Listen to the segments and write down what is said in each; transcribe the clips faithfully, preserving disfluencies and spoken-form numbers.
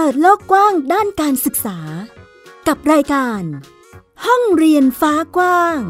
ดโลกกว้างด้านการศึกษากับรายการห้องเรียนฟ้ากว้าง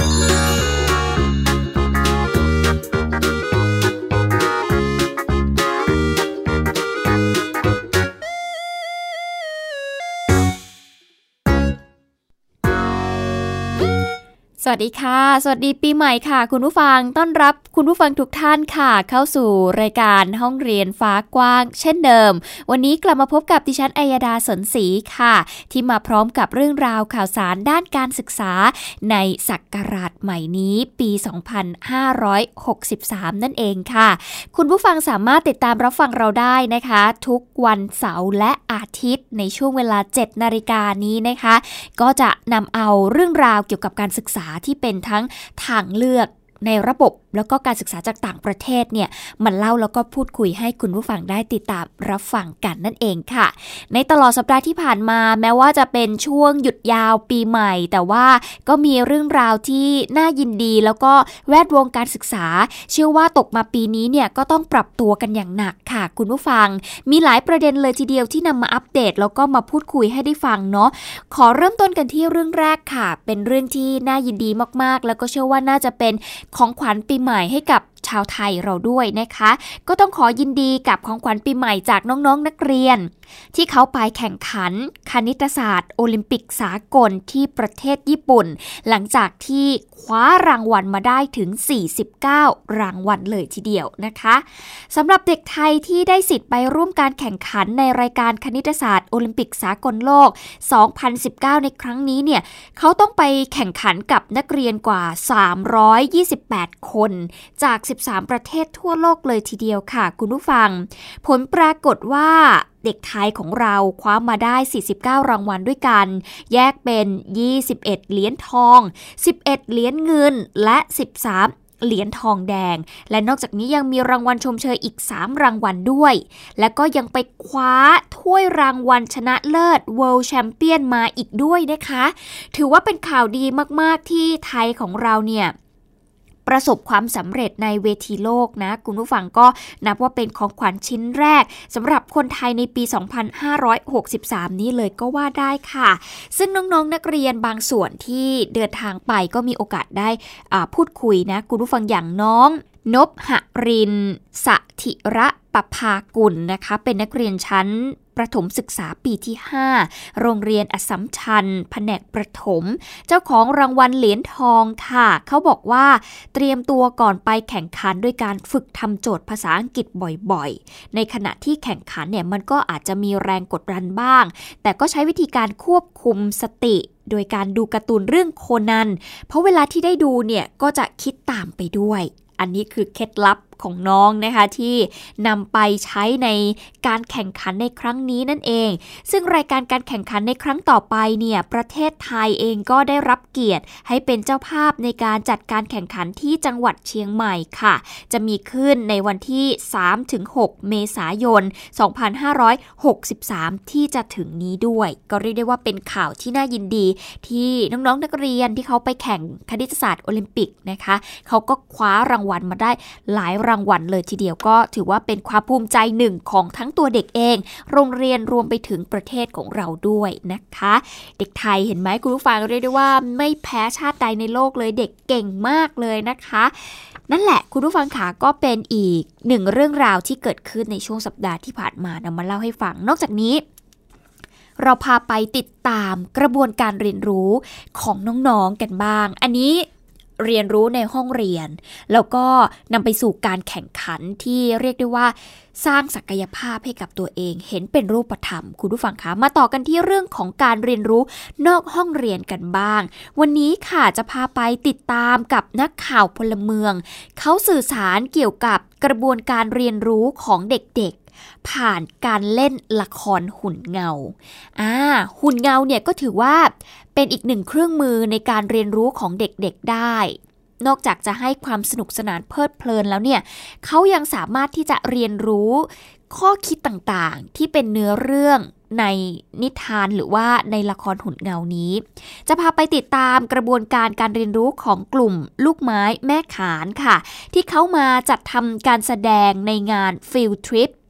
สวัสดีค่ะสวัสดีปีใหม่ค่ะคุณผู้ฟังต้อนรับคุณผู้ฟังทุกท่านค่ะเข้าสู่รายการห้องเรียนฟ้ากว้างเช่นเดิมวันนี้กลับมาพบกับดิฉันอัยดาสนศรีค่ะที่มาพร้อมกับเรื่องราวข่าวสารด้านการศึกษาในศักราชใหม่นี้ปีสองพันห้าร้อยหกสิบสามนั่นเองค่ะคุณผู้ฟังสามารถติดตามรับฟังเราได้นะคะทุกวันเสาร์และอาทิตย์ในช่วงเวลา เจ็ดนาฬิกานี้นะคะก็จะนำเอาเรื่องราวเกี่ยวกับการศึกษาที่เป็นทั้งทางเลือกในระบบแล้วก็การศึกษาจากต่างประเทศเนี่ยมันเล่าแล้วก็พูดคุยให้คุณผู้ฟังได้ติดตามรับฟังกันนั่นเองค่ะในตลอดสัปดาห์ที่ผ่านมาแม้ว่าจะเป็นช่วงหยุดยาวปีใหม่แต่ว่าก็มีเรื่องราวที่น่ายินดีแล้วก็แวดวงการศึกษาเชื่อว่าตกมาปีนี้เนี่ยก็ต้องปรับตัวกันอย่างหนักค่ะคุณผู้ฟังมีหลายประเด็นเลยทีเดียวที่นำมาอัปเดตแล้วก็มาพูดคุยให้ได้ฟังเนาะขอเริ่มต้นกันที่เรื่องแรกค่ะเป็นเรื่องที่น่ายินดีมากๆแล้วก็เชื่อว่าน่าจะเป็นของขวัญปีใหม่ให้กับชาวไทยเราด้วยนะคะก็ต้องขอยินดีกับของขวัญปีใหม่จากน้องๆ น, นักเรียนที่เขาไปแข่งขันคณิตศาสตร์โอลิมปิกสากลที่ประเทศญี่ปุ่นหลังจากที่คว้ารางวัลมาได้ถึงสี่สิบเก้ารางวัลเลยทีเดียวนะคะสำหรับเด็กไทยที่ได้สิทธิ์ไปร่วมการแข่งขันในรายการคณิตศาสตร์โอลิมปิกสากลโลกสองพันสิบเก้าในครั้งนี้เนี่ยเขาต้องไปแข่งขันกับนักเรียนกว่าสามร้อยยี่สิบแปดคนจากสิบสามประเทศทั่วโลกเลยทีเดียวค่ะคุณผู้ฟังผลปรากฏว่าเด็กไทยของเราคว้ามาได้สี่สิบเก้ารางวัลด้วยกันแยกเป็นยี่สิบเอ็ดเหรียญทองสิบเอ็ดเหรียญเงินและสิบสามเหรียญทองแดงและนอกจากนี้ยังมีรางวัลชมเชยอีกสามรางวัลด้วยและก็ยังไปคว้าถ้วยรางวัลชนะเลิศ World Champion มาอีกด้วยนะคะถือว่าเป็นข่าวดีมากๆที่ไทยของเราเนี่ยประสบความสำเร็จในเวทีโลกนะคุณผู้ฟังก็นับว่าเป็นของขวัญชิ้นแรกสำหรับคนไทยในปีสองพันห้าร้อยหกสิบสามนี้เลยก็ว่าได้ค่ะซึ่งน้องๆ น, นักเรียนบางส่วนที่เดินทางไปก็มีโอกาสได้พูดคุยนะคุณผู้ฟังอย่างน้องนพหรินทร์สถิระปภากุลนะคะเป็นนักเรียนชั้นประถมศึกษาปีที่ห้าโรงเรียนอัสสัมชัญแผนกประถมเจ้าของรางวัลเหรียญทองค่ะเขาบอกว่าเตรียมตัวก่อนไปแข่งขันด้วยการฝึกทำโจทย์ภาษาอังกฤษบ่อยๆในขณะที่แข่งขันเนี่ยมันก็อาจจะมีแรงกดดันบ้างแต่ก็ใช้วิธีการควบคุมสติโดยการดูการ์ตูนเรื่องโคนันเพราะเวลาที่ได้ดูเนี่ยก็จะคิดตามไปด้วยอันนี้คือเคล็ดลับของน้องนะคะที่นำไปใช้ในการแข่งขันในครั้งนี้นั่นเองซึ่งรายการการแข่งขันในครั้งต่อไปเนี่ยประเทศไทยเองก็ได้รับเกียรติให้เป็นเจ้าภาพในการจัดการแข่งขันที่จังหวัดเชียงใหม่ค่ะจะมีขึ้นในวันที่ สามถึงหก เมษายน สองพันห้าร้อยหกสิบสาม ที่จะถึงนี้ด้วยก็เรียกได้ว่าเป็นข่าวที่น่ายินดีที่น้องๆนักเรียนที่เขาไปแข่งคณิตศาสตร์โอลิมปิกนะคะเขาก็คว้ารางวัลมาได้หลายรางวัลเลยทีเดียวก็ถือว่าเป็นความภูมิใจหนึ่งของทั้งตัวเด็กเองโรงเรียนรวมไปถึงประเทศของเราด้วยนะคะเด็กไทยเห็นไหมคุณผู้ฟังเรียกได้ว่าไม่แพ้ชาติใดในโลกเลยเด็กเก่งมากเลยนะคะนั่นแหละคุณผู้ฟังค่ะก็เป็นอีกหนึ่งเรื่องราวที่เกิดขึ้นในช่วงสัปดาห์ที่ผ่านมานำมาเล่าให้ฟังนอกจากนี้เราพาไปติดตามกระบวนการเรียนรู้ของน้องๆกันบ้างอันนี้เรียนรู้ในห้องเรียนแล้วก็นำไปสู่การแข่งขันที่เรียกได้ว่าสร้างศักยภาพให้กับตัวเองเห็นเป็นรูปธรรมคุณผู้ฟังคะมาต่อกันที่เรื่องของการเรียนรู้นอกห้องเรียนกันบ้างวันนี้ค่ะจะพาไปติดตามกับนักข่าวพลเมืองเขาสื่อสารเกี่ยวกับกระบวนการเรียนรู้ของเด็กๆผ่านการเล่นละครหุ่นเงาอ่าหุ่นเงาเนี่ยก็ถือว่าเป็นอีกหนึ่งเครื่องมือในการเรียนรู้ของเด็กๆได้นอกจากจะให้ความสนุกสนานเพลิดเพลินแล้วเนี่ยเขายังสามารถที่จะเรียนรู้ข้อคิดต่างๆที่เป็นเนื้อเรื่องในนิทานหรือว่าในละครหุ่นเงานี้จะพาไปติดตามกระบวนการการเรียนรู้ของกลุ่มลูกไม้แม่ขานค่ะที่เขามาจัดทำการแสดงในงาน Field Trip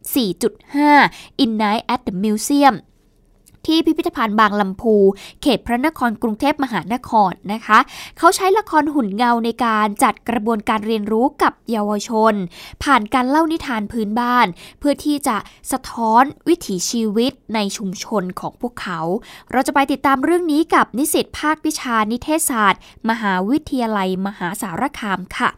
สี่จุดห้า In Night at the Museumที่พิพิธภัณฑ์บางลำพูเขตพระนครกรุงเทพมหานครนะคะเขาใช้ละครหุ่นเงาในการจัดกระบวนการเรียนรู้กับเยาวชนผ่านการเล่านิทานพื้นบ้านเพื่อที่จะสะท้อนวิถีชีวิตในชุมชนของพวกเขาเราจะไปติดตามเรื่องนี้กับนิสิตภาควิชานิเทศศาสตร์มหาวิทยาลัยมหาสารคามค่ะ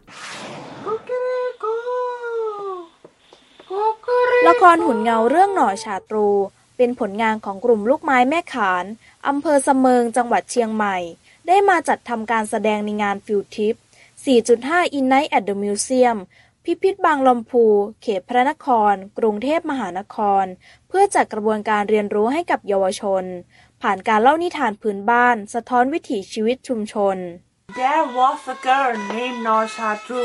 ละครหุ่นเงาเรื่องหน่อชาตรูเป็นผลงานของกลุ่มลูกไม้แม่ขานอำเภอสะเมิงจังหวัดเชียงใหม่ได้มาจัดทำการแสดงในงานฟิลทริป สี่จุดห้า In Night at the Museum พิพิธบางลำพูเขตพระนครกรุงเทพมหานครเพื่อจัดกระบวนการเรียนรู้ให้กับเยาวชนผ่านการเล่านิทานพื้นบ้านสะท้อนวิถีชีวิตชุมชน There was a girl named Noshatru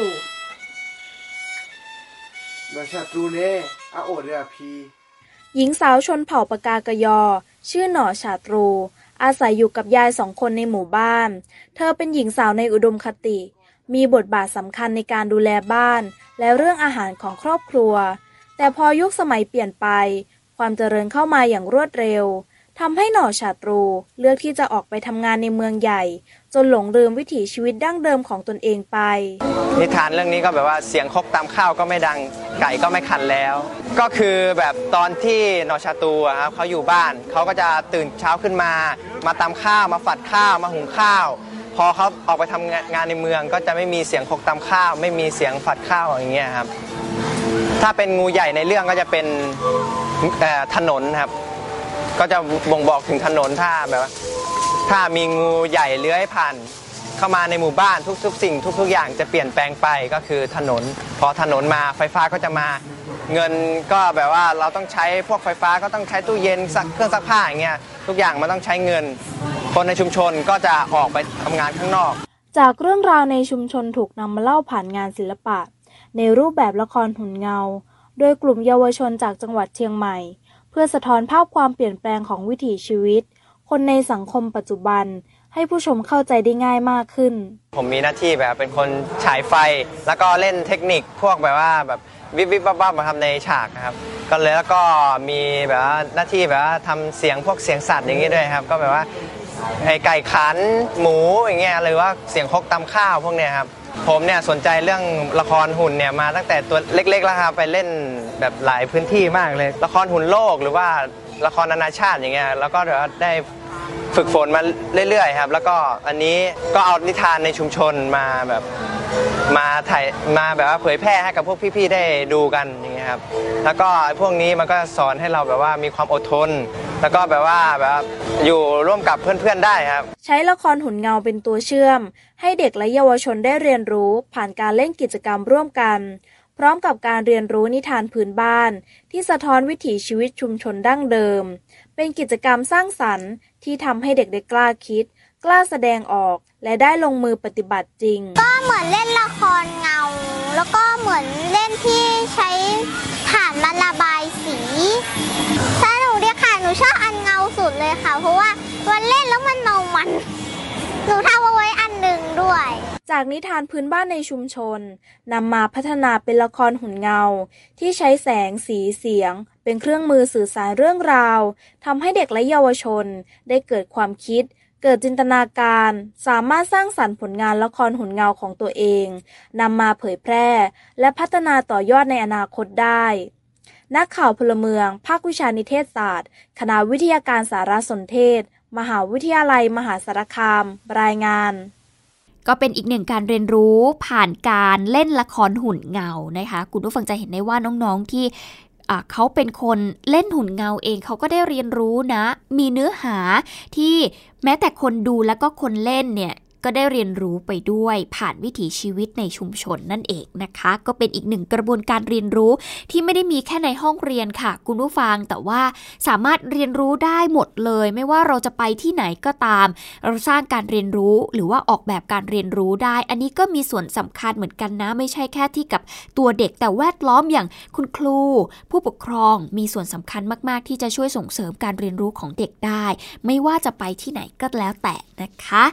นอชาตรูเน่อาโอเรียพีหญิงสาวชนเผ่าปากากยอชื่อหน่อชาตรูอาศัยอยู่กับยายสองคนในหมู่บ้านเธอเป็นหญิงสาวในอุดมคติมีบทบาทสำคัญในการดูแลบ้านและเรื่องอาหารของครอบครัวแต่พอยุคสมัยเปลี่ยนไปความเจริญเข้ามาอย่างรวดเร็วทำให้หน่อชาตรูเลือกที่จะออกไปทำงานในเมืองใหญ่จนหลงลืมวิถีชีวิตดั้งเดิมของตนเองไปนิทานเรื่องนี้ก็แบบว่าเสียงคกตำข้าวก็ไม่ดังไก่ก็ไม่ขันแล้วก็คือแบบตอนที่นอชาตูครับเขาอยู่บ้านเขาก็จะตื่นเช้าขึ้นมามาตำข้าวมาฝัดข้าวมาหุงข้าวพอเขาออกไปทำงานในเมืองก็จะไม่มีเสียงคกตำข้าวไม่มีเสียงฝัดข้าวอย่างเงี้ยครับถ้าเป็นงูใหญ่ในเรื่องก็จะเป็นถนนครับก็จะบ่งบอกถึงถนนถ้าแบบว่าถ้ามีงูใหญ่เลื้อยผ่านเข้ามาในหมู่บ้านทุกๆสิ่งทุกๆอย่างจะเปลี่ยนแปลงไปก็คือถนนพอถนนมาไฟฟ้าก็จะมาเงินก็แบบว่าเราต้องใช้พวกไฟฟ้าก็ต้องใช้ตู้เย็นเครื่องซักผ้าอย่างเงี้ยทุกอย่างมันต้องใช้เงินคนในชุมชนก็จะออกไปทำงานข้างนอกจากเรื่องราวในชุมชนถูกนำมาเล่าผ่านงานศิลปะในรูปแบบละครหุ่นเงาโดยกลุ่มเยาวชนจากจังหวัดเชียงใหม่เพื่อสะท้อนภาพความเปลี่ยนแปลงของวิถีชีวิตคนในสังคมปัจจุบันให้ผู้ชมเข้าใจได้ง่ายมากขึ้นผมมีหน้าที่แบบเป็นคนฉายไฟแล้วก็เล่นเทคนิคพวกแบบว่าแบบวิบวิบวับวับมาทำในฉากนะครับก็เลยแล้วก็มีแบบว่าหน้าที่แบบว่าทำเสียงพวกเสียงสัตว์อย่างนี้ด้วยครับก็แบบว่าไอไก่ขันหมูอย่างเงี้ยหรือว่าเสียงคกตำข้าวพวกเนี้ยครับผมเนี่ยสนใจเรื่องละครหุ่นเนี่ยมาตั้งแต่ตัวเล็กๆแล้วครับไปเล่นแบบหลายพื้นที่มากเลยละครหุ่นโลกหรือว่าละครนานาชาติอย่างเงี้ยแล้วก็ได้ฝึกฝนมาเรื่อยๆครับแล้วก็อันนี้ก็เอานิทานในชุมชนมาแบบมาถ่ายมาแบบว่าเผยแพร่ให้กับพวกพี่ๆได้ดูกันอย่างเงี้ยครับแล้วก็พวกนี้มันก็สอนให้เราแบบว่ามีความอดทนแล้วก็แบบว่าแบบอยู่ร่วมกับเพื่อนๆได้ครับใช้ละครหุ่นเงาเป็นตัวเชื่อมให้เด็กและเยาวชนได้เรียนรู้ผ่านการเล่นกิจกรรมร่วมกันพร้อมกับการเรียนรู้นิทานพื้นบ้านที่สะท้อนวิถีชีวิตชุมชนดั้งเดิมเป็นกิจกรรมสร้างสรรค์ที่ทำให้เด็กได้กล้าคิดกล้าแสดงออกและได้ลงมือปฏิบัติจริงก็เหมือนเล่นละครเงาแล้วก็เหมือนเล่นที่ใช้ถ่านมาระบายสีสนุกดีค่ะหนูชอบอันเงาสุดเลยค่ะเพราะว่าวันเล่นแล้วมันเมามันหนูทำเอาไว้อันหนึ่งด้วยจากนิทานพื้นบ้านในชุมชนนำมาพัฒนาเป็นละครหุ่นเงาที่ใช้แสงสีเสียงเป็นเครื่องมือสื่อสารเรื่องราวทำให้เด็กและเยาวชนได้เกิดความคิดเกิดจินตนาการสามารถสร้างสรรค์ผลงานละครหุ่นเงาของตัวเองนำมาเผยแพร่และพัฒนาต่อยอดในอนาคตได้นักข่าวพลเมืองภาควิชานิเทศศาสตร์คณะวิทยาการสารสนเทศมหาวิทยาลัยมหาสารคามรายงานก็เป็นอีกหนึ่งการเรียนรู้ผ่านการเล่นละครหุ่นเงานะคะคุณผู้ฟังจะเห็นได้ว่าน้องๆที่เขาเป็นคนเล่นหุ่นเงาเองเขาก็ได้เรียนรู้นะมีเนื้อหาที่แม้แต่คนดูแล้วก็คนเล่นเนี่ยก็ได้เรียนรู้ไปด้วยผ่านวิถีชีวิตในชุมชนนั่นเองนะคะก็เป็นอีกหนึ่งกระบวนการเรียนรู้ที่ไม่ได้มีแค่ในห้องเรียนค่ะคุณผู้ฟังแต่ว่าสามารถเรียนรู้ได้หมดเลยไม่ว่าเราจะไปที่ไหนก็ตามเราสร้างการเรียนรู้หรือว่าออกแบบการเรียนรู้ได้อันนี้ก็มีส่วนสำคัญเหมือนกันนะไม่ใช่แค่ที่กับตัวเด็กแต่แวดล้อมอย่างคุณครูผู้ปกครองมีส่วนสำคัญมากๆที่จะช่วยส่งเสริมการเรียนรู้ของเด็กได้ไม่ว่าจะไปที่ไหนก็แล้วแต่นะคะ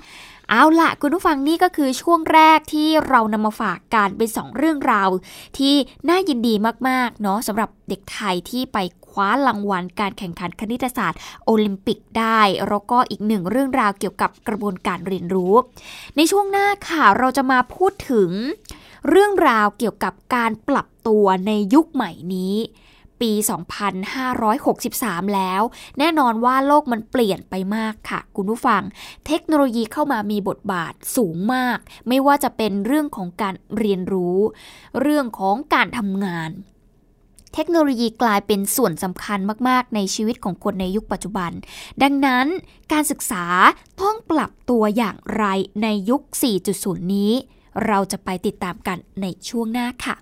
เอาล่ะคุณผู้ฟังนี่ก็คือช่วงแรกที่เรานำมาฝากกันเป็นสองเรื่องราวที่น่ายินดีมากๆเนาะสำหรับเด็กไทยที่ไปคว้ารางวัลการแข่งขันคณิตศาสตร์โอลิมปิกได้แล้วก็อีกหนึ่งเรื่องราวเกี่ยวกับกระบวนการเรียนรู้ในช่วงหน้าค่ะเราจะมาพูดถึงเรื่องราวเกี่ยวกับการปรับตัวในยุคใหม่นี้ปีสองพันห้าร้อยหกสิบสามแล้วแน่นอนว่าโลกมันเปลี่ยนไปมากค่ะคุณผู้ฟังเทคโนโลยีเข้ามามีบทบาทสูงมากไม่ว่าจะเป็นเรื่องของการเรียนรู้เรื่องของการทำงานเทคโนโลยีกลายเป็นส่วนสำคัญมากๆในชีวิตของคนในยุคปัจจุบันดังนั้นการศึกษาต้องปรับตัวอย่างไรในยุค สี่จุดศูนย์ นี้เราจะไปติดตามกันในช่วงหน้าค่ะ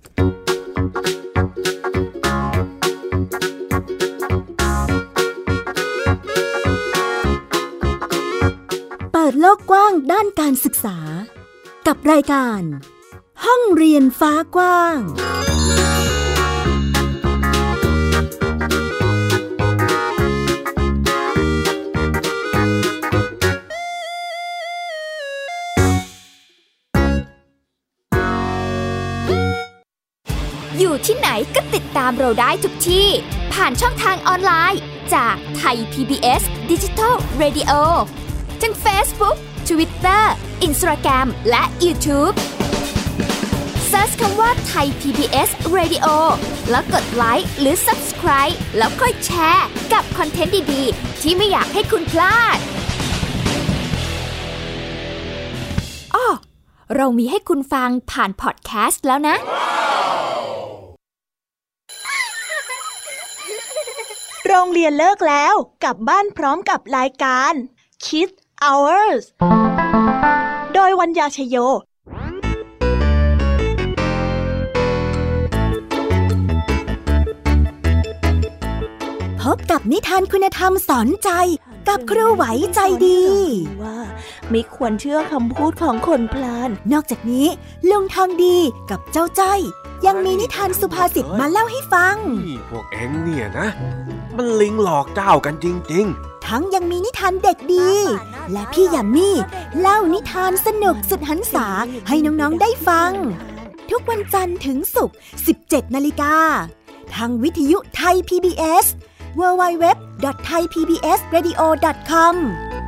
เปิดโลกกว้างด้านการศึกษากับรายการห้องเรียนฟ้ากว้างอยู่ที่ไหนก็ติดตามเราได้ทุกที่ผ่านช่องทางออนไลน์จากไทย พี บี เอส Digital Radio ทั้ง Facebook, Twitter, Instagram และ YouTubeเซิร์ชคำว่าไทย พี บี เอส Radio แล้วกดไลค์หรือ Subscribe แล้วค่อยแชร์กับคอนเทนต์ดีๆที่ไม่อยากให้คุณพลาดอ้อเรามีให้คุณฟังผ่านพอดแคสต์แล้วนะโรงเรียนเลิกแล้วกลับบ้านพร้อมกับรายการ Kids Hours โดยวัญญาชโยพบกับนิทานคุณธรรมสอนใจกับครูไหวใจดีว่าไม่ควรเชื่อคำพูดของคนพลานนอกจากนี้ลุงทองดีกับเจ้าจ้อยยังมีนิทานสุภาษิตมาเล่าให้ฟังนี่พวกเอ็งเนี่ยนะมันลิงหลอกเจ้ากันจริงๆทั้งยังมีนิทานเด็กดีและพี่ยามีเล่านิทานสนุกสุดหรรษาให้น้องๆได้ฟังทุกวันจันทร์ถึงศุกร์ สิบเจ็ดนาฬิกา ทางวิทยุไทย พี บี เอส ดับเบิลยู ดับเบิลยู ดับเบิลยู ดอท ไทย พี บี เอส เรดิโอ ดอท คอม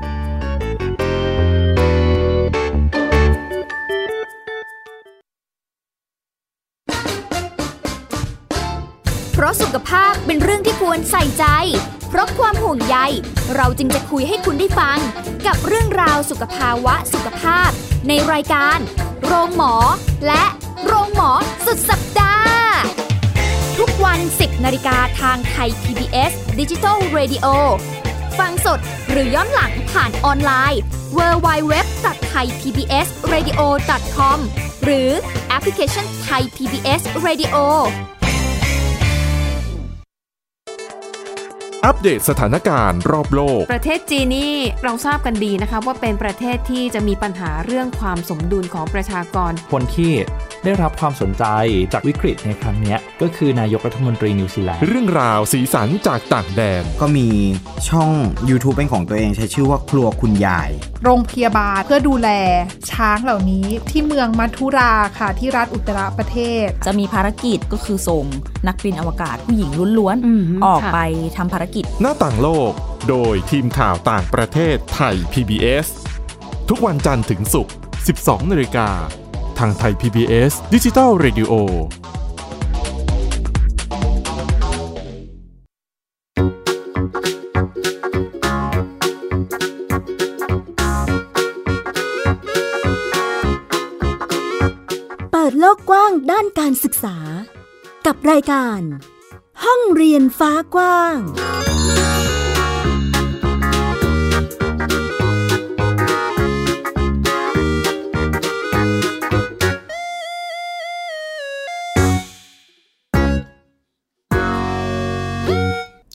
เพราะสุขภาพเป็นเรื่องที่ควรใส่ใจเพราะความห่วงใยเราจึงจะคุยให้คุณได้ฟังกับเรื่องราวสุขภาวะสุขภาพในรายการโรงหมอและโรงหมอสุดสัปดาห์ทุกวัน สิบนาฬิกาทางไทย พี บี เอส Digital Radio ฟังสดหรือย้อนหลังผ่านออนไลน์ ดับเบิลยู ดับเบิลยู ดับเบิลยู ดอท ไทย พี บี เอส เรดิโอ ดอท คอม หรือแอปพลิเคชัน Thai พี บี เอส Radio อัปเดตสถานการณ์รอบโลกประเทศจีนนี่เราทราบกันดีนะคะว่าเป็นประเทศที่จะมีปัญหาเรื่องความสมดุลของประชากรคนที่ได้รับความสนใจจากวิกฤตในครั้งนี้ก็คือนายกรัฐมนตรีนิวซีแลนด์เรื่องราวสีสันจากต่างแดนก็มีช่อง YouTube เป็นของตัวเองใช้ชื่อว่าครัวคุณยายโรงพยาบาลเพื่อดูแลช้างเหล่านี้ที่เมืองมัทุราค่ะที่รัฐอุตตรประเทศจะมีภารกิจก็คือส่งนักบินอวกาศผู้หญิงล้วนๆออกไปทำภารกิจหน้าต่างโลกโดยทีมข่าวต่างประเทศไทย พี บี เอส ทุกวันจันทร์ถึงศุกร์ สิบสองนาฬิกาทางไทย พี บี เอส Digital Radio เปิดโลกกว้างด้านการศึกษากับรายการห้องเรียนฟ้ากว้าง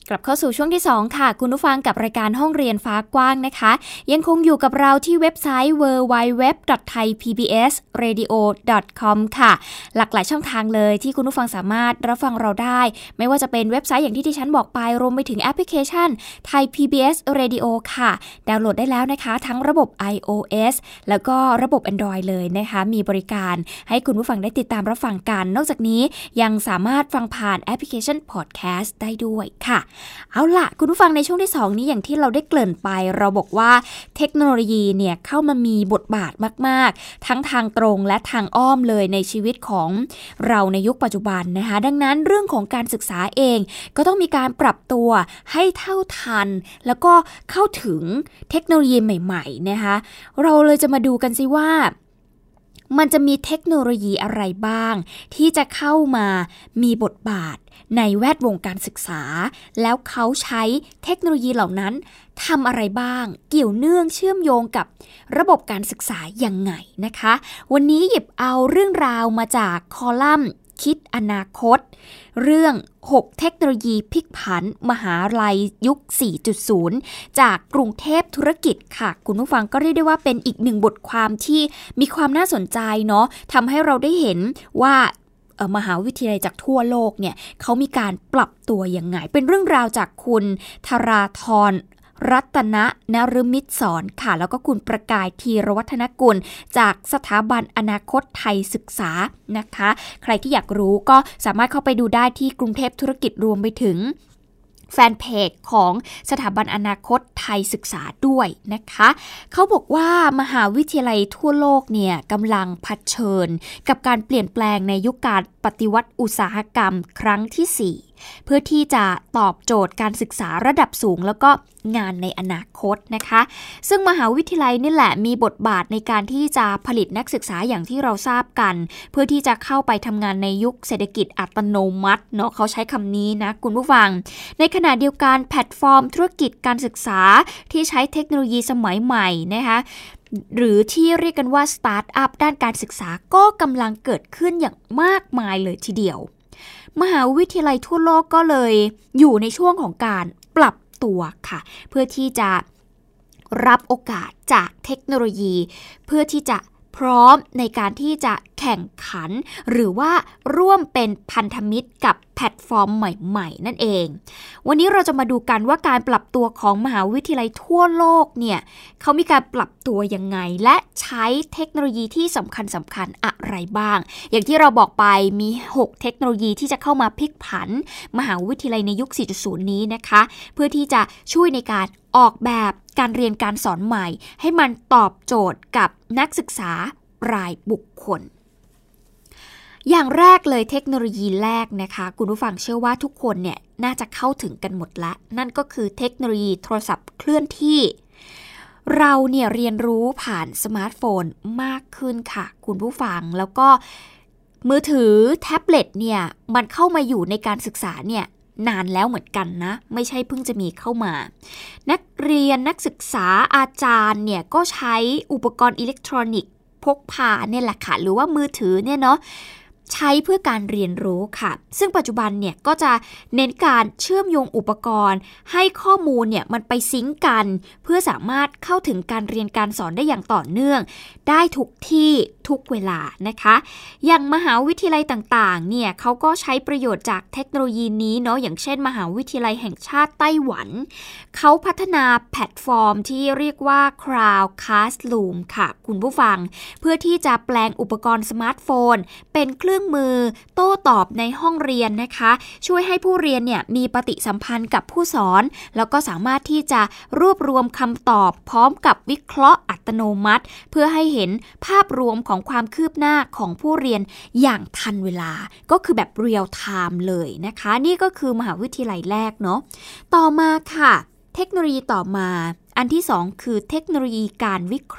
กลับเข้าสู่ช่วงที่สองค่ะคุณผู้ฟังกับรายการห้องเรียนฟ้ากว้างนะคะยังคงอยู่กับเราที่เว็บไซต์ ดับเบิลยู ดับเบิลยู ดับเบิลยู ดอท ไทย พี บี เอส เรดิโอ ดอท คอม ค่ะหลากหลายช่องทางเลยที่คุณผู้ฟังสามารถรับฟังเราได้ไม่ว่าจะเป็นเว็บไซต์อย่างที่ที่ฉันบอกไปรวมไปถึงแอปพลิเคชัน Thai พี บี เอส Radio ค่ะดาวน์โหลดได้แล้วนะคะทั้งระบบ iOS แล้วก็ระบบ Android เลยนะคะมีบริการให้คุณผู้ฟังได้ติดตามรับฟังกันนอกจากนี้ยังสามารถฟังผ่านแอปพลิเคชัน Podcast ได้ด้วยค่ะเอาล่ะคุณผู้ฟังในช่วงที่สองนี้อย่างที่เราได้เกริ่นไปเราบอกว่าเทคโนโลยีเนี่ยเข้ามามีบทบาทมากๆทั้งทางตรงและทางอ้อมเลยในชีวิตของเราในยุคปัจจุบันนะคะดังนั้นเรื่องของการศึกษาเองก็ต้องมีการปรับตัวให้เท่าทันแล้วก็เข้าถึงเทคโนโลยีใหม่ๆนะคะเราเลยจะมาดูกันสิว่ามันจะมีเทคโนโลยีอะไรบ้างที่จะเข้ามามีบทบาทในแวดวงการศึกษาแล้วเขาใช้เทคโนโลยีเหล่านั้นทำอะไรบ้างเกี่ยวเนื่องเชื่อมโยงกับระบบการศึกษายังไงนะคะวันนี้หยิบเอาเรื่องราวมาจากคอลัมน์คิดอนาคตเรื่องหกเทคโนโลยีพลิกผันมหาลัยยุค สี่จุดศูนย์ จากกรุงเทพธุรกิจค่ะคุณผู้ฟังก็เรียกได้ว่าเป็นอีกหนึ่งบทความที่มีความน่าสนใจเนาะทำให้เราได้เห็นว่ามหาวิทยาลัยจากทั่วโลกเนี่ยเขามีการปรับตัวยังไงเป็นเรื่องราวจากคุณธราธรรัตนนฤมิตสอนค่ะแล้วก็คุณประกายธีรวัฒนกุลจากสถาบันอนาคตไทยศึกษานะคะใครที่อยากรู้ก็สามารถเข้าไปดูได้ที่กรุงเทพธุรกิจรวมไปถึงแฟนเพจของสถาบันอนาคตไทยศึกษาด้วยนะคะเขาบอกว่ามหาวิทยาลัยทั่วโลกเนี่ยกำลังเผชิญกับการเปลี่ยนแปลงในยุคการปฏิวัติอุตสาหกรรมครั้งที่สี่เพื่อที่จะตอบโจทย์การศึกษาระดับสูงแล้วก็งานในอนาคตนะคะซึ่งมหาวิทยาลัยนี่แหละมีบทบาทในการที่จะผลิตนักศึกษาอย่างที่เราทราบกันเพื่อที่จะเข้าไปทำงานในยุคเศรษฐกิจอัตโนมัติเนาะเขาใช้คำนี้นะคุณผู้ฟังในขณะเดียวกันแพลตฟอร์มธุรกิจการศึกษาที่ใช้เทคโนโลยีสมัยใหม่นะคะหรือที่เรียกกันว่าสตาร์ทอัพด้านการศึกษาก็กำลังเกิดขึ้นอย่างมากมายเลยทีเดียวมหาวิทยาลัยทั่วโลกก็เลยอยู่ในช่วงของการปรับตัวค่ะเพื่อที่จะรับโอกาสจากเทคโนโลยีเพื่อที่จะพร้อมในการที่จะแข่งขันหรือว่าร่วมเป็นพันธมิตรกับแพลตฟอร์มใหม่ๆนั่นเองวันนี้เราจะมาดูกันว่าการปรับตัวของมหาวิทยาลัยทั่วโลกเนี่ยเขามีการปรับตัวยังไงและใช้เทคโนโลยีที่สำคัญสำคัญอะไรบ้างอย่างที่เราบอกไปมีหกเทคโนโลยีที่จะเข้ามาพลิกผันมหาวิทยาลัยในยุค สี่จุดศูนย์ นี้นะคะเพื่อที่จะช่วยในการออกแบบการเรียนการสอนใหม่ให้มันตอบโจทย์กับนักศึกษารายบุคคลอย่างแรกเลยเทคโนโลยีแรกนะคะคุณผู้ฟังเชื่อว่าทุกคนเนี่ยน่าจะเข้าถึงกันหมดละนั่นก็คือเทคโนโลยีโทรศัพท์เคลื่อนที่เราเนี่ยเรียนรู้ผ่านสมาร์ทโฟนมากขึ้นค่ะคุณผู้ฟังแล้วก็มือถือแท็บเล็ตเนี่ยมันเข้ามาอยู่ในการศึกษาเนี่ยนานแล้วเหมือนกันนะไม่ใช่เพิ่งจะมีเข้ามานักเรียนนักศึกษาอาจารย์เนี่ยก็ใช้อุปกรณ์อิเล็กทรอนิกส์พกพาเนี่ยแหละค่ะหรือว่ามือถือเนี่ยเนาะใช้เพื่อการเรียนรู้ค่ะซึ่งปัจจุบันเนี่ยก็จะเน้นการเชื่อมโยงอุปกรณ์ให้ข้อมูลเนี่ยมันไปซิงก์กันเพื่อสามารถเข้าถึงการเรียนการสอนได้อย่างต่อเนื่องได้ทุกที่ทุกเวลานะคะอย่างมหาวิทยาลัยต่างๆเนี่ยเขาก็ใช้ประโยชน์จากเทคโนโลยีนี้เนาะอย่างเช่นมหาวิทยาลัยแห่งชาติไต้หวันเขาพัฒนาแพลตฟอร์มที่เรียกว่า Cloud Classroom ค่ะคุณผู้ฟังเพื่อที่จะแปลงอุปกรณ์สมาร์ทโฟนเป็นเครื่องมือโต้ตอบในห้องเรียนนะคะช่วยให้ผู้เรียนเนี่ยมีปฏิสัมพันธ์กับผู้สอนแล้วก็สามารถที่จะรวบรวมคำตอบพร้อมกับวิเคราะห์อัตโนมัติเพื่อให้เห็นภาพรวมของความคืบหน้าของผู้เรียนอย่างทันเวลาก็คือแบบเรียลไทม์เลยนะคะนี่ก็คือมหาวิทยาลัยแรกเนาะต่อมาค่ะเทคโนโลยีต่อมาอันที่สองคือเทคโนโลยีการวิเคราะห์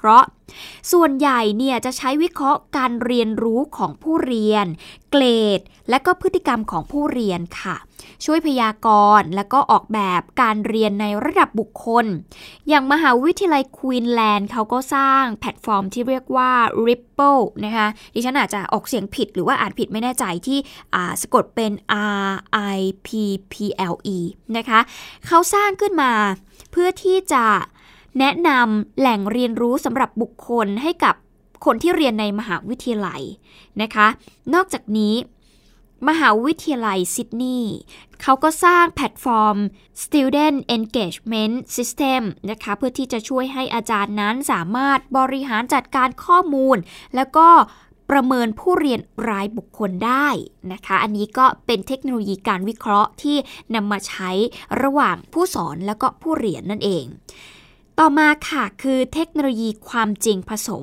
ส่วนใหญ่เนี่ยจะใช้วิเคราะห์การเรียนรู้ของผู้เรียนเกรดและก็พฤติกรรมของผู้เรียนค่ะช่วยพยากรณ์และก็ออกแบบการเรียนในระดับบุคคลอย่างมหาวิทยาลัยควีนแลนด์เขาก็สร้างแพลตฟอร์มที่เรียกว่า Ripple นะคะดิฉันอาจจะออกเสียงผิดหรือว่าอ่านผิดไม่แน่ใจที่อ่าสะกดเป็น R I P P L E นะคะเขาสร้างขึ้นมาเพื่อที่จะแนะนำแหล่งเรียนรู้สำหรับบุคคลให้กับคนที่เรียนในมหาวิทยาลัยนะคะนอกจากนี้มหาวิทยาลัยซิดนีย์เขาก็สร้างแพลตฟอร์ม Student Engagement System นะคะเพื่อที่จะช่วยให้อาจารย์นั้นสามารถบริหารจัดการข้อมูลแล้วก็ประเมินผู้เรียนรายบุคคลได้นะคะอันนี้ก็เป็นเทคโนโลยีการวิเคราะห์ที่นำมาใช้ระหว่างผู้สอนแล้วก็ผู้เรียนนั่นเองต่อมาค่ะคือเทคโนโลยีความจริงผสม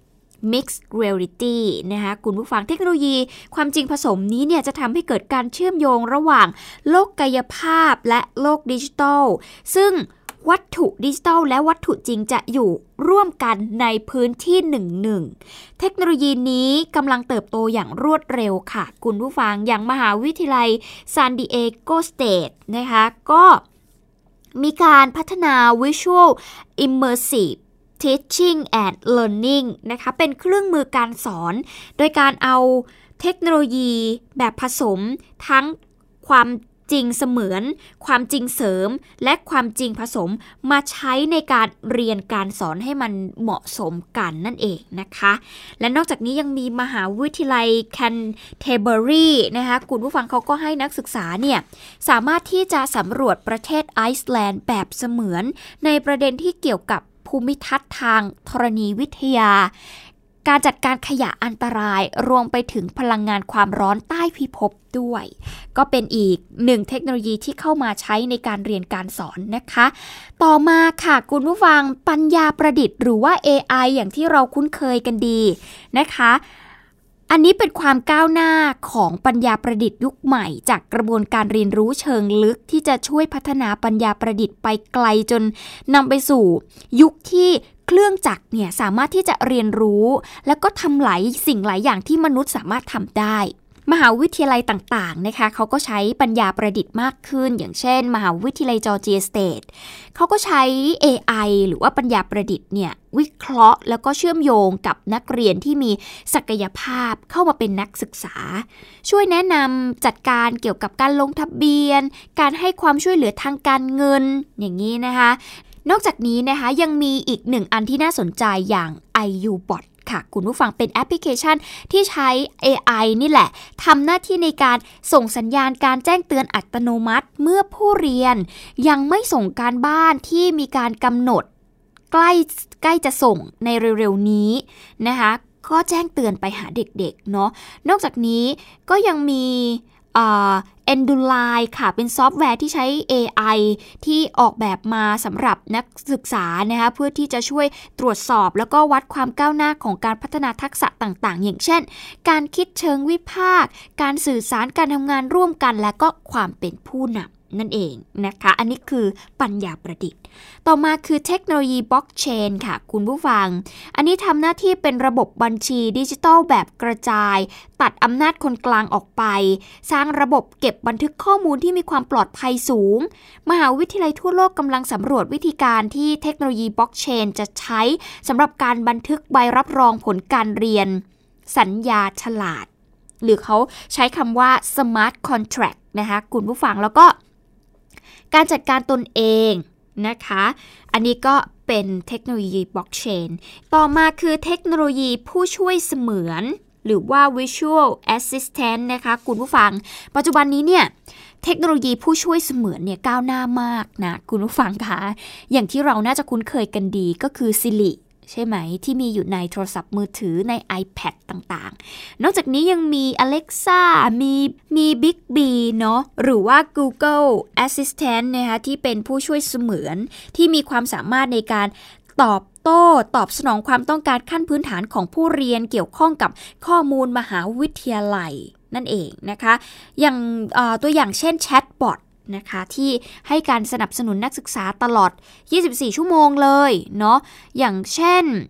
Mixed Reality นะคะคุณผู้ฟังเทคโนโลยีความจริงผสมนี้เนี่ยจะทำให้เกิดการเชื่อมโยงระหว่างโลกกายภาพและโลกดิจิทัลซึ่งวัตถุดิจิทัลและวัตถุจริงจะอยู่ร่วมกันในพื้นที่หนึ่งหนึ่งเทคโนโลยีนี้กำลังเติบโตอย่างรวดเร็วค่ะคุณผู้ฟังอย่างมหาวิทยาลัยซานดิเอโกสเตทนะคะก็มีการพัฒนา Visual Immersive Teaching and Learning นะคะเป็นเครื่องมือการสอนโดยการเอาเทคโนโลยีแบบผสมทั้งความจริงเสมือนความจริงเสริมและความจริงผสมมาใช้ในการเรียนการสอนให้มันเหมาะสมกันนั่นเองนะคะและนอกจากนี้ยังมีมหาวิทยาลัยแคนเทเบอรีนะคะคุณผู้ฟังเขาก็ให้นักศึกษาเนี่ยสามารถที่จะสำรวจประเทศไอซ์แลนด์แบบเสมือนในประเด็นที่เกี่ยวกับภูมิทัศน์ทางธรณีวิทยาการจัดการขยะอันตรายรวมไปถึงพลังงานความร้อนใต้พิภพด้วยก็เป็นอีกหนึ่งเทคโนโลยีที่เข้ามาใช้ในการเรียนการสอนนะคะต่อมาค่ะคุณผู้ฟังปัญญาประดิษฐ์หรือว่า เอ ไอ อย่างที่เราคุ้นเคยกันดีนะคะอันนี้เป็นความก้าวหน้าของปัญญาประดิษฐ์ยุคใหม่จากกระบวนการเรียนรู้เชิงลึกที่จะช่วยพัฒนาปัญญาประดิษฐ์ไปไกลจนนำไปสู่ยุคที่เครื่องจักรเนี่ยสามารถที่จะเรียนรู้แล้วก็ทำหลายสิ่งหลายอย่างที่มนุษย์สามารถทำได้มหาวิทยาลัยต่างๆนะคะเขาก็ใช้ปัญญาประดิษฐ์มากขึ้นอย่างเช่นมหาวิทยาลัยจอร์เจียสเตทเขาก็ใช้ เอ ไอ หรือว่าปัญญาประดิษฐ์เนี่ยวิเคราะห์แล้วก็เชื่อมโยงกับนักเรียนที่มีศักยภาพเข้ามาเป็นนักศึกษาช่วยแนะนำจัดการเกี่ยวกับการลงทะเบียนการให้ความช่วยเหลือทางการเงินอย่างนี้นะคะนอกจากนี้นะคะยังมีอีกหนึ่งอันที่น่าสนใจอย่าง ไอ ยู บอท ค่ะคุณผู้ฟังเป็นแอปพลิเคชันที่ใช้ เอ ไอ นี่แหละทำหน้าที่ในการส่งสัญญาณการแจ้งเตือนอัตโนมัติเมื่อผู้เรียนยังไม่ส่งการบ้านที่มีการกำหนดใกล้ใกล้จะส่งในเร็วๆนี้นะคะก็แจ้งเตือนไปหาเด็กๆเนาะนอกจากนี้ก็ยังมีอ่าEndulite ค่ะเป็นซอฟต์แวร์ที่ใช้ เอ ไอ ที่ออกแบบมาสำหรับนักศึกษานะคะเพื่อที่จะช่วยตรวจสอบแล้วก็วัดความก้าวหน้าของการพัฒนาทักษะต่างๆอย่างเช่นการคิดเชิงวิพากษ์การสื่อสารการทำงานร่วมกันและก็ความเป็นผู้นำนั่นเองนะคะอันนี้คือปัญญาประดิษฐ์ต่อมาคือเทคโนโลยีบล็อกเชนค่ะคุณผู้ฟังอันนี้ทำหน้าที่เป็นระบบบัญชีดิจิทัลแบบกระจายตัดอำนาจคนกลางออกไปสร้างระบบเก็บบันทึกข้อมูลที่มีความปลอดภัยสูงมหาวิทยาลัยทั่วโลกกำลังสำรวจวิธีการที่เทคโนโลยีบล็อกเชนจะใช้สำหรับการบันทึกใบรับรองผลการเรียนสัญญาฉลาดหรือเขาใช้คำว่า smart contract นะคะคุณผู้ฟังแล้วก็การจัดการตนเองนะคะอันนี้ก็เป็นเทคโนโลยีบล็อกเชนต่อมาคือเทคโนโลยีผู้ช่วยเสมือนหรือว่า Visual Assistant นะคะคุณผู้ฟังปัจจุบันนี้เนี่ยเทคโนโลยีผู้ช่วยเสมือนเนี่ยก้าวหน้ามากนะคุณผู้ฟังคะอย่างที่เราน่าจะคุ้นเคยกันดีก็คือ Siriใช่ไหมที่มีอยู่ในโทรศัพท์มือถือใน iPad ต่างๆนอกจากนี้ยังมี Alexa มีมี Bixby เนาะหรือว่า Google Assistant นะคะที่เป็นผู้ช่วยเสมือนที่มีความสามารถในการตอบโต้ตอบสนองความต้องการขั้นพื้นฐานของผู้เรียนเกี่ยวข้องกับข้อมูลมหาวิทยาลัยนั่นเองนะคะอย่างตัวอย่างเช่นแชทบอทนะคะที่ให้การสนับสนุนนักศึกษาตลอดยี่สิบสี่ชั่วโมงเลยเนาะอย่างเช่น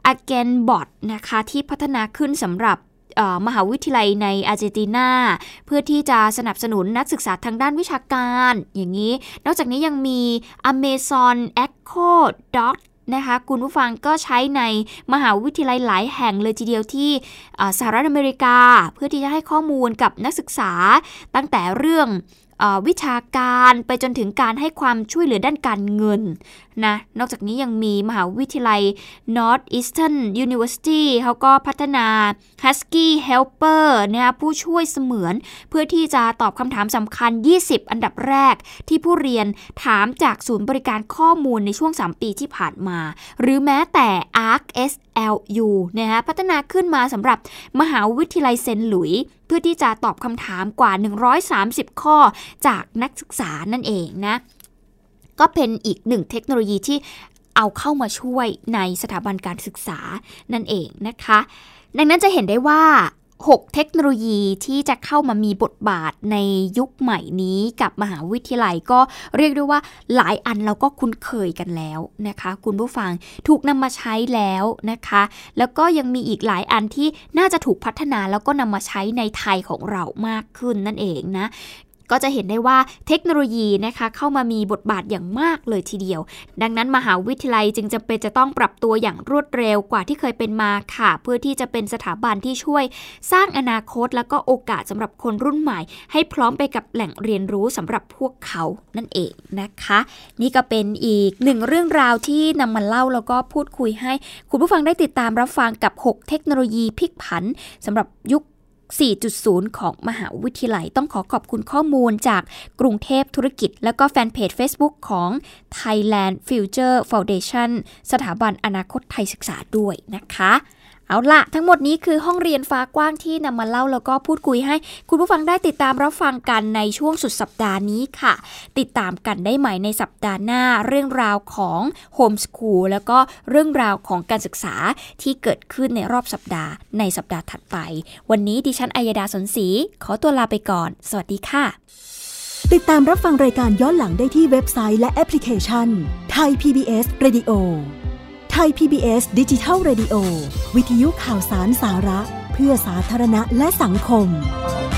Agenbot นะคะที่พัฒนาขึ้นสำหรับมหาวิทยาลัยในอาร์เจนตินาเพื่อที่จะสนับสนุนนักศึกษาทางด้านวิชาการอย่างนี้นอกจากนี้ยังมี Amazon Echo Dot นะคะคุณผู้ฟังก็ใช้ในมหาวิทยาลัยหลายแห่งเลยทีเดียวที่สหรัฐอเมริกาเพื่อที่จะให้ข้อมูลกับนักศึกษาตั้งแต่เรื่องวิชาการไปจนถึงการให้ความช่วยเหลือด้านการเงินนะนอกจากนี้ยังมีมหาวิทยาลัย Northeastern University เขาก็พัฒนา Husky Helper นะคะผู้ช่วยเสมือนเพื่อที่จะตอบคำถามสำคัญยี่สิบอันดับแรกที่ผู้เรียนถามจากศูนย์บริการข้อมูลในช่วงสามปีที่ผ่านมาหรือแม้แต่ อาร์ค เอส แอล ยู นะคะพัฒนาขึ้นมาสำหรับมหาวิทยาลัยเซนต์หลุยส์เพื่อที่จะตอบคำถามกว่าหนึ่งร้อยสามสิบข้อจากนักศึกษานั่นเองนะก็เป็นอีกหนึ่งเทคโนโลยีที่เอาเข้ามาช่วยในสถาบันการศึกษานั่นเองนะคะดังนั้นจะเห็นได้ว่าหกเทคโนโลยีที่จะเข้ามามีบทบาทในยุคใหม่นี้กับมหาวิทยาลัยก็เรียกได้ว่าหลายอันเราก็คุ้นเคยกันแล้วนะคะคุณผู้ฟังถูกนำมาใช้แล้วนะคะแล้วก็ยังมีอีกหลายอันที่น่าจะถูกพัฒนาแล้วก็นำมาใช้ในไทยของเรามากขึ้นนั่นเองนะก็จะเห็นได้ว่าเทคโนโลยีนะคะเข้ามามีบทบาทอย่างมากเลยทีเดียวดังนั้นมหาวิทยาลัยจึงจำเป็นจะต้องปรับตัวอย่างรวดเร็วกว่าที่เคยเป็นมาค่ะเพื่อที่จะเป็นสถาบันที่ช่วยสร้างอนาคตและก็โอกาสสำหรับคนรุ่นใหม่ให้พร้อมไปกับแหล่งเรียนรู้สำหรับพวกเขานั่นเองนะคะนี่ก็เป็นอีกหนึ่งเรื่องราวที่นำมาเล่าแล้วก็พูดคุยให้คุณผู้ฟังได้ติดตามรับฟังกับหกเทคโนโลยีพลิกผันสำหรับยุคสี่จุดศูนย์ ของมหาวิทยาลัยต้องขอขอบคุณข้อมูลจากกรุงเทพธุรกิจแล้วก็แฟนเพจ Facebook ของ Thailand Future Foundation สถาบันอนาคตไทยศึกษาด้วยนะคะเอาละทั้งหมดนี้คือห้องเรียนฟ้ากว้างที่นำมาเล่าแล้วก็พูดคุยให้คุณผู้ฟังได้ติดตามรับฟังกันในช่วงสุดสัปดาห์นี้ค่ะติดตามกันได้ใหม่ในสัปดาห์หน้าเรื่องราวของโฮมสคูลแล้วก็เรื่องราวของการศึกษาที่เกิดขึ้นในรอบสัปดาห์ในสัปดาห์ถัดไปวันนี้ดิฉันอัยดาสนศรีขอตัวลาไปก่อนสวัสดีค่ะติดตามรับฟังรายการย้อนหลังได้ที่เว็บไซต์และแอปพลิเคชัน Thai พี บี เอส Radioไทย พี บี เอส Digital Radio วิทยุข่าวสารสาระเพื่อสาธารณะและสังคม